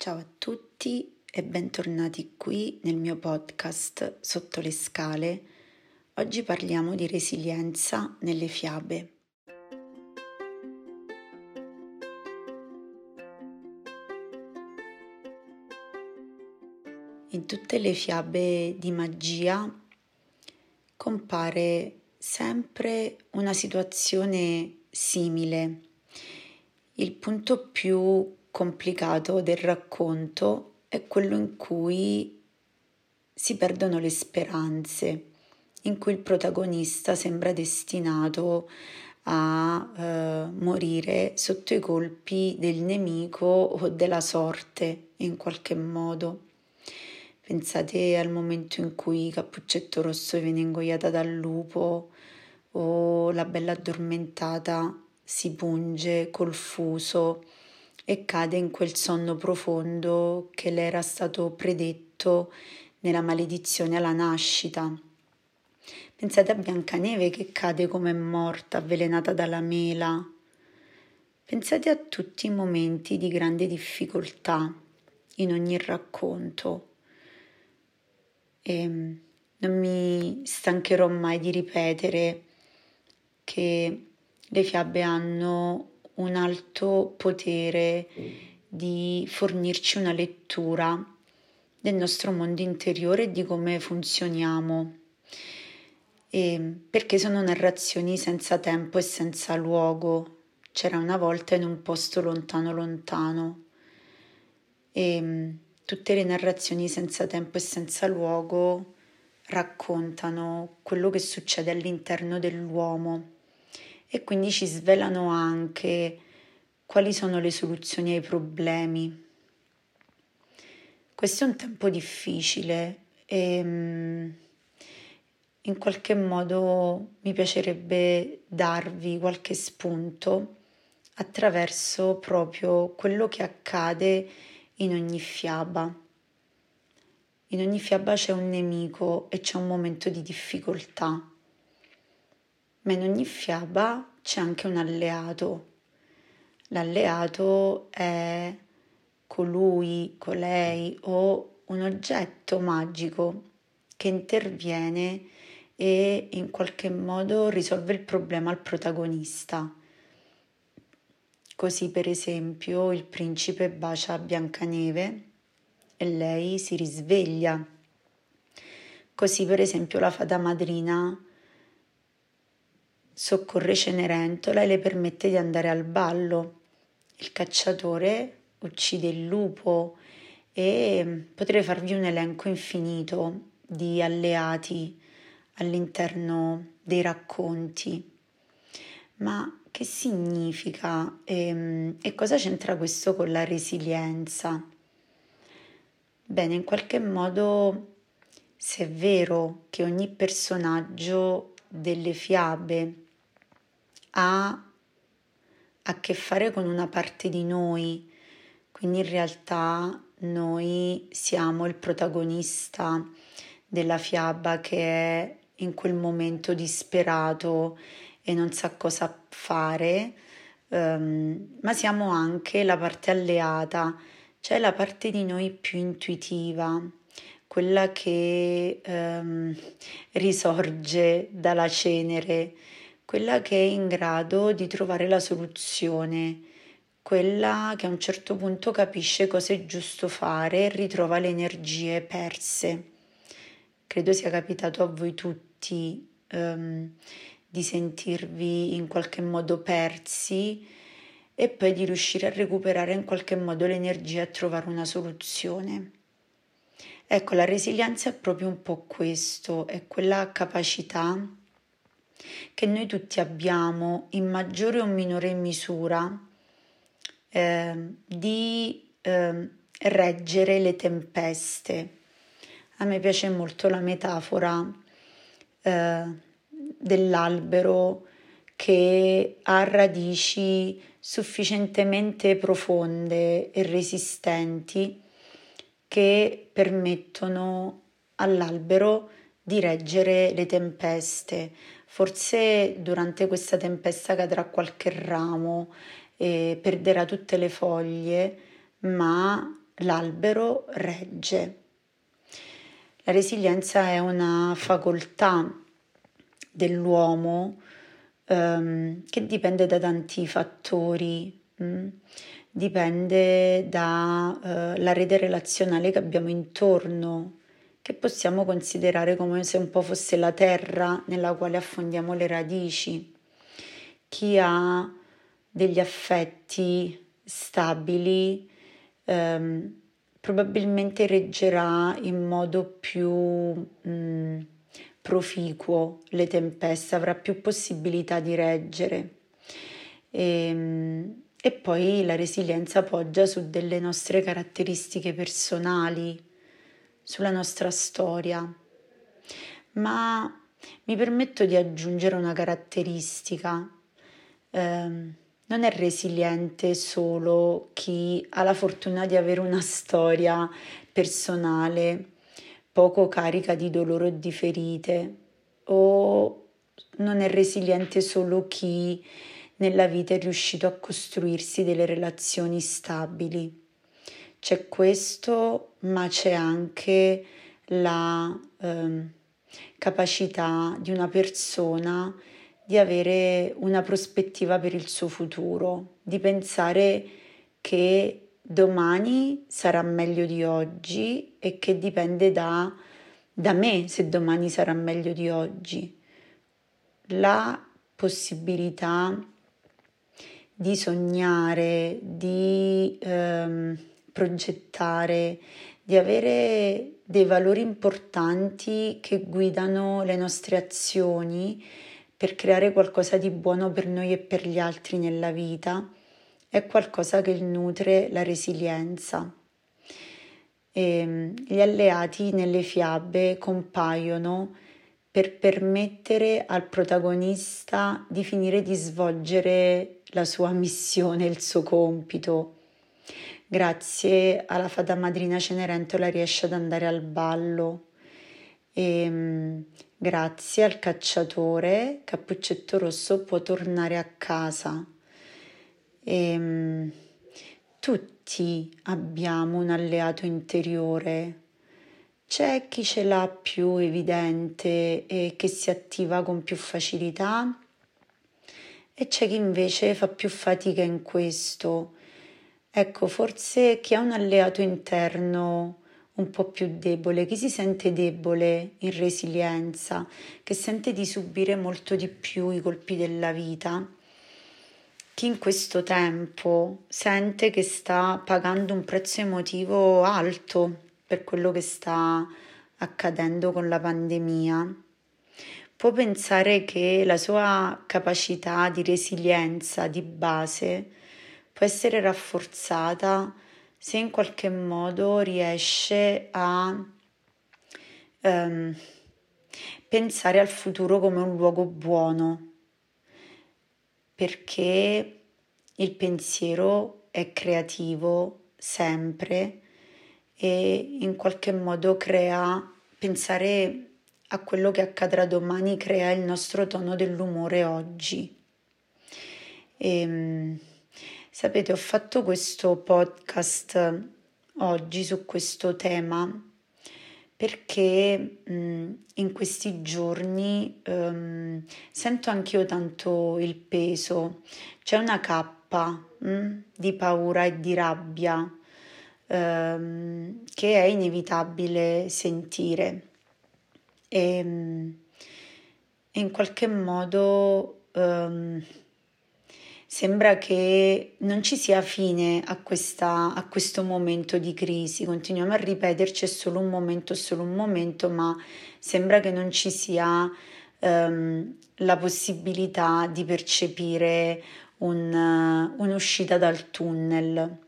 Ciao a tutti e bentornati qui nel mio podcast Sotto le scale. Oggi parliamo di resilienza nelle fiabe. In tutte le fiabe di magia compare sempre una situazione simile. Il punto più complicato del racconto è quello in cui si perdono le speranze, in cui il protagonista sembra destinato a morire sotto i colpi del nemico o della sorte in qualche modo. Pensate al momento in cui Cappuccetto Rosso viene ingoiata dal lupo o la bella addormentata si punge col fuso e cade in quel sonno profondo che le era stato predetto nella maledizione alla nascita. Pensate a Biancaneve che cade come morta, avvelenata dalla mela. Pensate a tutti i momenti di grande difficoltà in ogni racconto. E non mi stancherò mai di ripetere che le fiabe hanno un alto potere di fornirci una lettura del nostro mondo interiore e di come funzioniamo, perché sono narrazioni senza tempo e senza luogo. C'era una volta in un posto lontano lontano e tutte le narrazioni senza tempo e senza luogo raccontano quello che succede all'interno dell'uomo e quindi ci svelano anche quali sono le soluzioni ai problemi. Questo è un tempo difficile e in qualche modo mi piacerebbe darvi qualche spunto attraverso proprio quello che accade in ogni fiaba. In ogni fiaba c'è un nemico e c'è un momento di difficoltà, ma in ogni fiaba c'è anche un alleato. L'alleato è colui, colei o un oggetto magico che interviene e in qualche modo risolve il problema al protagonista. Così per esempio il principe bacia Biancaneve e lei si risveglia. Così per esempio la fata madrina soccorre Cenerentola e le permette di andare al ballo. Il cacciatore uccide il lupo e potrei farvi un elenco infinito di alleati all'interno dei racconti. Ma che significa e cosa c'entra questo con la resilienza? Bene, in qualche modo, se è vero che ogni personaggio delle fiabe ha a che fare con una parte di noi, quindi in realtà noi siamo il protagonista della fiaba che è in quel momento disperato e non sa cosa fare, ma siamo anche la parte alleata, cioè la parte di noi più intuitiva, quella che risorge dalla cenere, quella che è in grado di trovare la soluzione, quella che a un certo punto capisce cosa è giusto fare e ritrova le energie perse. Credo sia capitato a voi tutti di sentirvi in qualche modo persi e poi di riuscire a recuperare in qualche modo l'energia e a trovare una soluzione. Ecco, la resilienza è proprio un po' questo, è quella capacità che noi tutti abbiamo in maggiore o minore misura di reggere le tempeste. A me piace molto la metafora dell'albero che ha radici sufficientemente profonde e resistenti che permettono all'albero di reggere le tempeste. Forse durante questa tempesta cadrà qualche ramo e perderà tutte le foglie, ma l'albero regge. La resilienza è una facoltà dell'uomo che dipende da tanti fattori, dipende dalla rete relazionale che abbiamo intorno, che possiamo considerare come se un po' fosse la terra nella quale affondiamo le radici. Chi ha degli affetti stabili probabilmente reggerà in modo più proficuo le tempeste, avrà più possibilità di reggere. E poi la resilienza poggia su delle nostre caratteristiche personali, sulla nostra storia. Ma mi permetto di aggiungere una caratteristica. Non è resiliente solo chi ha la fortuna di avere una storia personale poco carica di dolore o di ferite, o non è resiliente solo chi nella vita è riuscito a costruirsi delle relazioni stabili. C'è questo, ma c'è anche la capacità di una persona di avere una prospettiva per il suo futuro, di pensare che domani sarà meglio di oggi e che dipende da me se domani sarà meglio di oggi. La possibilità di sognare, di progettare, di avere dei valori importanti che guidano le nostre azioni per creare qualcosa di buono per noi e per gli altri nella vita, è qualcosa che nutre la resilienza. Gli alleati nelle fiabe compaiono per permettere al protagonista di finire di svolgere la sua missione, il suo compito. Grazie alla fata madrina Cenerentola riesce ad andare al ballo. Grazie al cacciatore Cappuccetto Rosso può tornare a casa. Tutti abbiamo un alleato interiore. C'è chi ce l'ha più evidente e che si attiva con più facilità e c'è chi invece fa più fatica in questo. Ecco, forse chi ha un alleato interno un po' più debole, chi si sente debole in resilienza, che sente di subire molto di più i colpi della vita, chi in questo tempo sente che sta pagando un prezzo emotivo alto per quello che sta accadendo con la pandemia, può pensare che la sua capacità di resilienza di base può essere rafforzata se in qualche modo riesce a pensare al futuro come un luogo buono, perché il pensiero è creativo sempre e in qualche modo pensare a quello che accadrà domani crea il nostro tono dell'umore oggi. Sapete, ho fatto questo podcast oggi su questo tema perché in questi giorni sento anch'io tanto il peso, c'è una cappa di paura e di rabbia che è inevitabile sentire e in qualche modo sembra che non ci sia fine a questo momento di crisi. Continuiamo a ripeterci è solo un momento, ma sembra che non ci sia la possibilità di percepire un'uscita dal tunnel.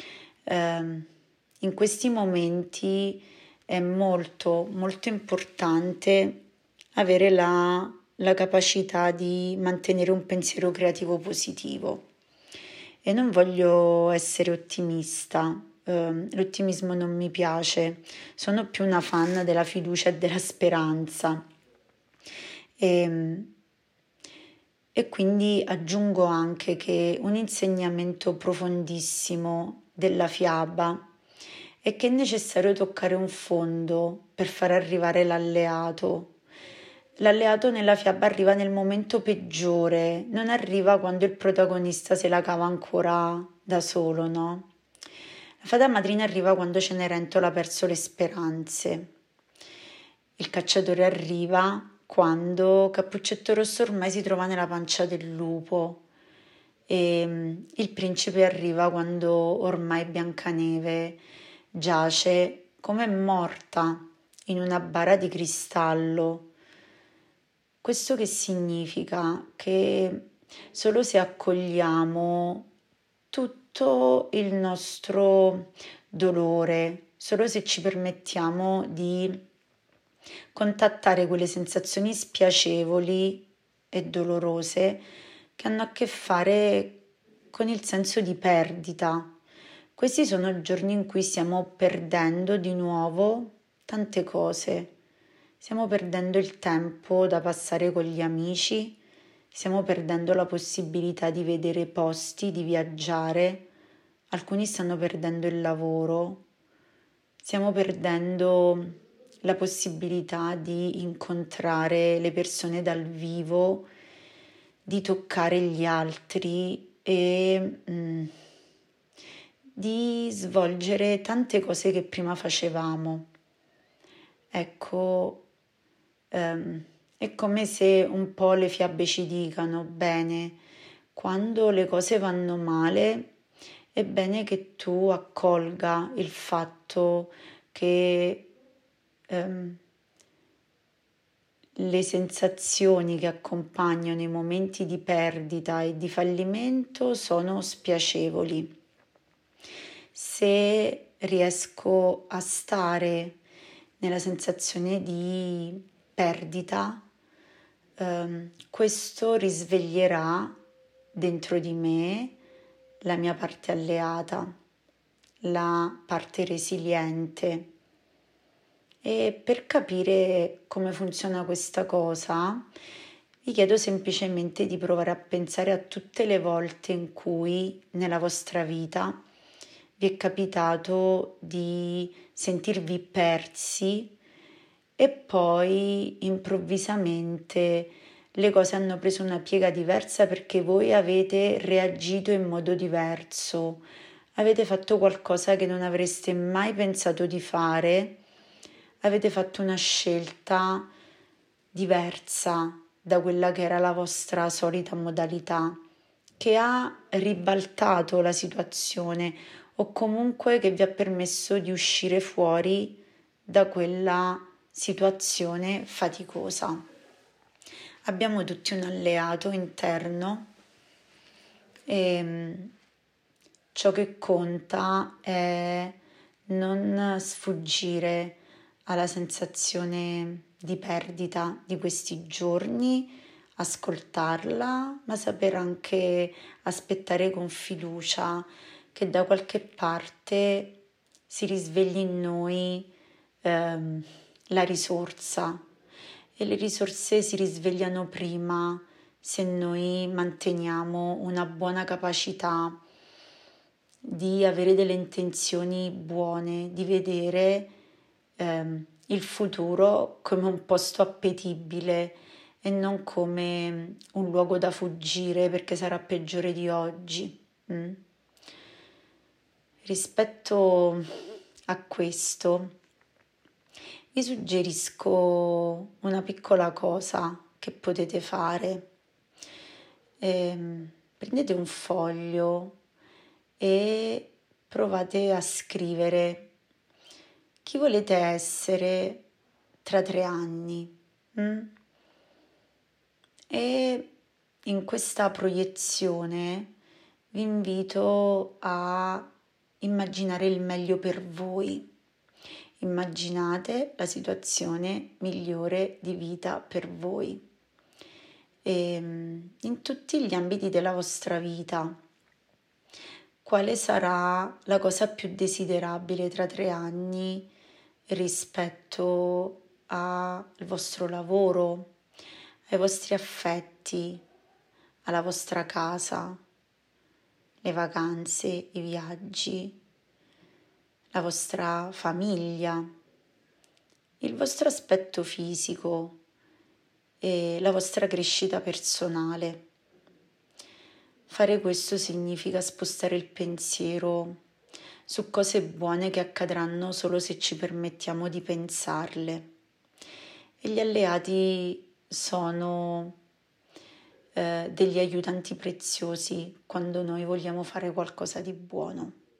In questi momenti è molto, molto importante avere la capacità di mantenere un pensiero creativo positivo. E non voglio essere ottimista, l'ottimismo non mi piace, sono più una fan della fiducia e della speranza. E quindi aggiungo anche che un insegnamento profondissimo della fiaba e che è necessario toccare un fondo per far arrivare l'alleato. L'alleato nella fiaba arriva nel momento peggiore, non arriva quando il protagonista se la cava ancora da solo, no? La fata madrina arriva quando Cenerentola ha perso le speranze. Il cacciatore arriva quando Cappuccetto Rosso ormai si trova nella pancia del lupo e il principe arriva quando ormai Biancaneve giace come morta in una bara di cristallo. Questo che significa? Che solo se accogliamo tutto il nostro dolore, solo se ci permettiamo di contattare quelle sensazioni spiacevoli e dolorose che hanno a che fare con il senso di perdita. Questi sono giorni in cui stiamo perdendo di nuovo tante cose. Stiamo perdendo il tempo da passare con gli amici, stiamo perdendo la possibilità di vedere posti, di viaggiare, alcuni stanno perdendo il lavoro, stiamo perdendo la possibilità di incontrare le persone dal vivo, di toccare gli altri e di svolgere tante cose che prima facevamo. Ecco, è come se un po' le fiabe ci dicano, bene, quando le cose vanno male, è bene che tu accolga il fatto che le sensazioni che accompagnano i momenti di perdita e di fallimento sono spiacevoli. Se riesco a stare nella sensazione di perdita, questo risveglierà dentro di me la mia parte alleata, la parte resiliente. E per capire come funziona questa cosa, vi chiedo semplicemente di provare a pensare a tutte le volte in cui nella vostra vita vi è capitato di sentirvi persi e poi improvvisamente le cose hanno preso una piega diversa perché voi avete reagito in modo diverso, avete fatto qualcosa che non avreste mai pensato di fare, avete fatto una scelta diversa da quella che era la vostra solita modalità, che ha ribaltato la situazione o comunque che vi ha permesso di uscire fuori da quella situazione faticosa. Abbiamo tutti un alleato interno e ciò che conta è non sfuggire alla sensazione di perdita di questi giorni, ascoltarla, ma saper anche aspettare con fiducia che da qualche parte si risvegli in noi la risorsa e le risorse si risvegliano prima se noi manteniamo una buona capacità di avere delle intenzioni buone, di vedere il futuro come un posto appetibile e non come un luogo da fuggire perché sarà peggiore di oggi. Rispetto a questo, vi suggerisco una piccola cosa che potete fare. Prendete un foglio e provate a scrivere chi volete essere tra 3 anni. E in questa proiezione vi invito a immaginare il meglio per voi. Immaginate la situazione migliore di vita per voi e in tutti gli ambiti della vostra vita. Quale sarà la cosa più desiderabile tra 3 anni rispetto al vostro lavoro, ai vostri affetti, alla vostra casa, le vacanze, i viaggi, la vostra famiglia, il vostro aspetto fisico e la vostra crescita personale. Fare questo significa spostare il pensiero su cose buone che accadranno solo se ci permettiamo di pensarle. E gli alleati sono degli aiutanti preziosi quando noi vogliamo fare qualcosa di buono.